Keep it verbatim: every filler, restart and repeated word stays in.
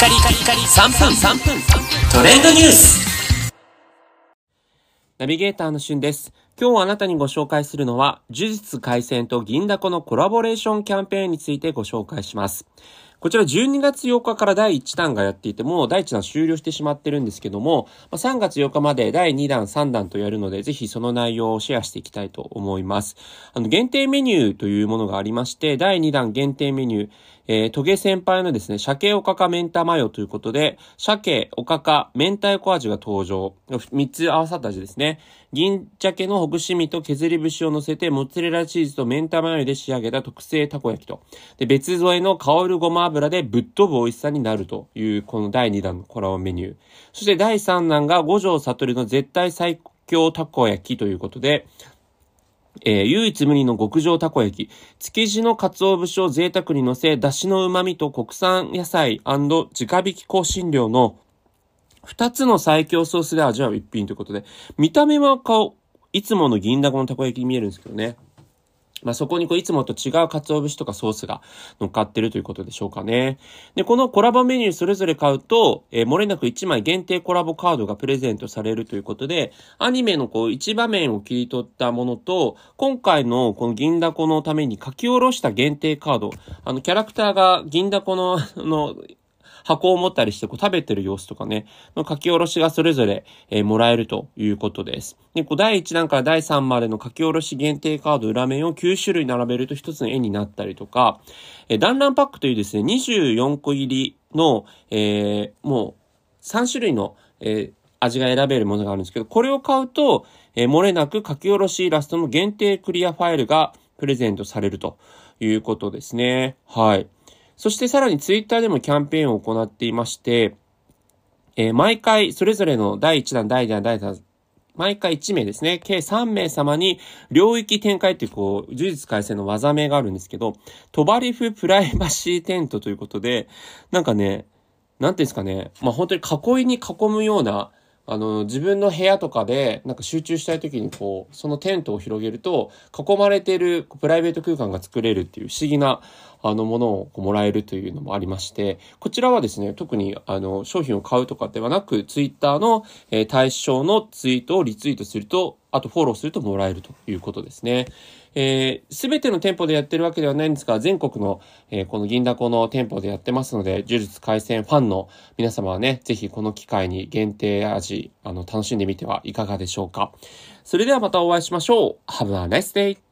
カリカリカリさんぷんさんぷんトレンドニュース。 ナビゲーターのしゅんです。今日あなたにご紹介するのは、呪術廻戦と銀だこのコラボレーションキャンペーンについてご紹介します。こちらじゅうにがつようかからだいいちだんがやっていて、もうだいいちだん終了してしまってるんですけども、さんがつようかまでだいにだん、さんだんとやるので、ぜひその内容をシェアしていきたいと思います。あの、限定メニューというものがありまして、だいにだん限定メニュー、えー、トゲ先輩のですね、鮭おかか明太マヨということで、鮭、おかか、明太子味が登場。みっつ合わさった味ですね。銀鮭のほぐし身と削り節を乗せて、モッツァレラチーズと明太マヨで仕上げた特製たこ焼きと。で、別添えの香るごま油でぶっ飛ぶ美味しさになるという、このだいにだんのコラボメニュー。そしてだいさんだんが五条悟の絶対最強たこ焼きということで、えー、唯一無二の極上たこ焼き。築地の鰹節を贅沢に乗せ、出汁の旨味と国産野菜&直引き香辛料の二つの最強ソースで味わう一品ということで、見た目は顔、いつもの銀だこのたこ焼きに見えるんですけどね。まあ、そこにこういつもと違う鰹節とかソースが乗っかってるということでしょうかね。で、このコラボメニューそれぞれ買うと、えー、漏れなくいちまい限定コラボカードがプレゼントされるということで、アニメのこう一場面を切り取ったものと、今回のこの銀だこのために書き下ろした限定カード、あのキャラクターが銀だこの、あの、箱を持ったりしてこう食べてる様子とかね、の書き下ろしがそれぞれ、えー、もらえるということです。で、こうだいいちだんからだいさんまでの書き下ろし限定カード裏面をきゅうしゅるい並べると一つの絵になったりとか、えー、団らんパックというですね、にじゅうよんこ入りの、えー、もうさんしゅるいの、えー、味が選べるものがあるんですけど、これを買うと、えー、漏れなく書き下ろしイラストの限定クリアファイルがプレゼントされるということですね。はい。そしてさらにツイッターでもキャンペーンを行っていまして、えー、毎回それぞれのだいいちだん、だいにだん、だいさんだん、毎回いちめいですね、計さんめいさまに領域展開っていうこう、呪術廻戦の技名があるんですけど、トバリフプライバシーテントということで、なんかね、なんていうんですかね、まあ本当に囲いに囲むような、あの、自分の部屋とかで、なんか集中したい時にこう、そのテントを広げると、囲まれているプライベート空間が作れるっていう不思議な、あの、ものをこうもらえるというのもありまして、こちらはですね、特に、あの、商品を買うとかではなく、ツイッターの、えー、対象のツイートをリツイートすると、あとフォローするともらえるということですね。えー、すべての店舗でやってるわけではないんですが、全国の、えー、この銀だこの店舗でやってますので、呪術廻戦ファンの皆様はね、ぜひこの機会に限定味、あの、楽しんでみてはいかがでしょうか。それではまたお会いしましょう。Have a nice day!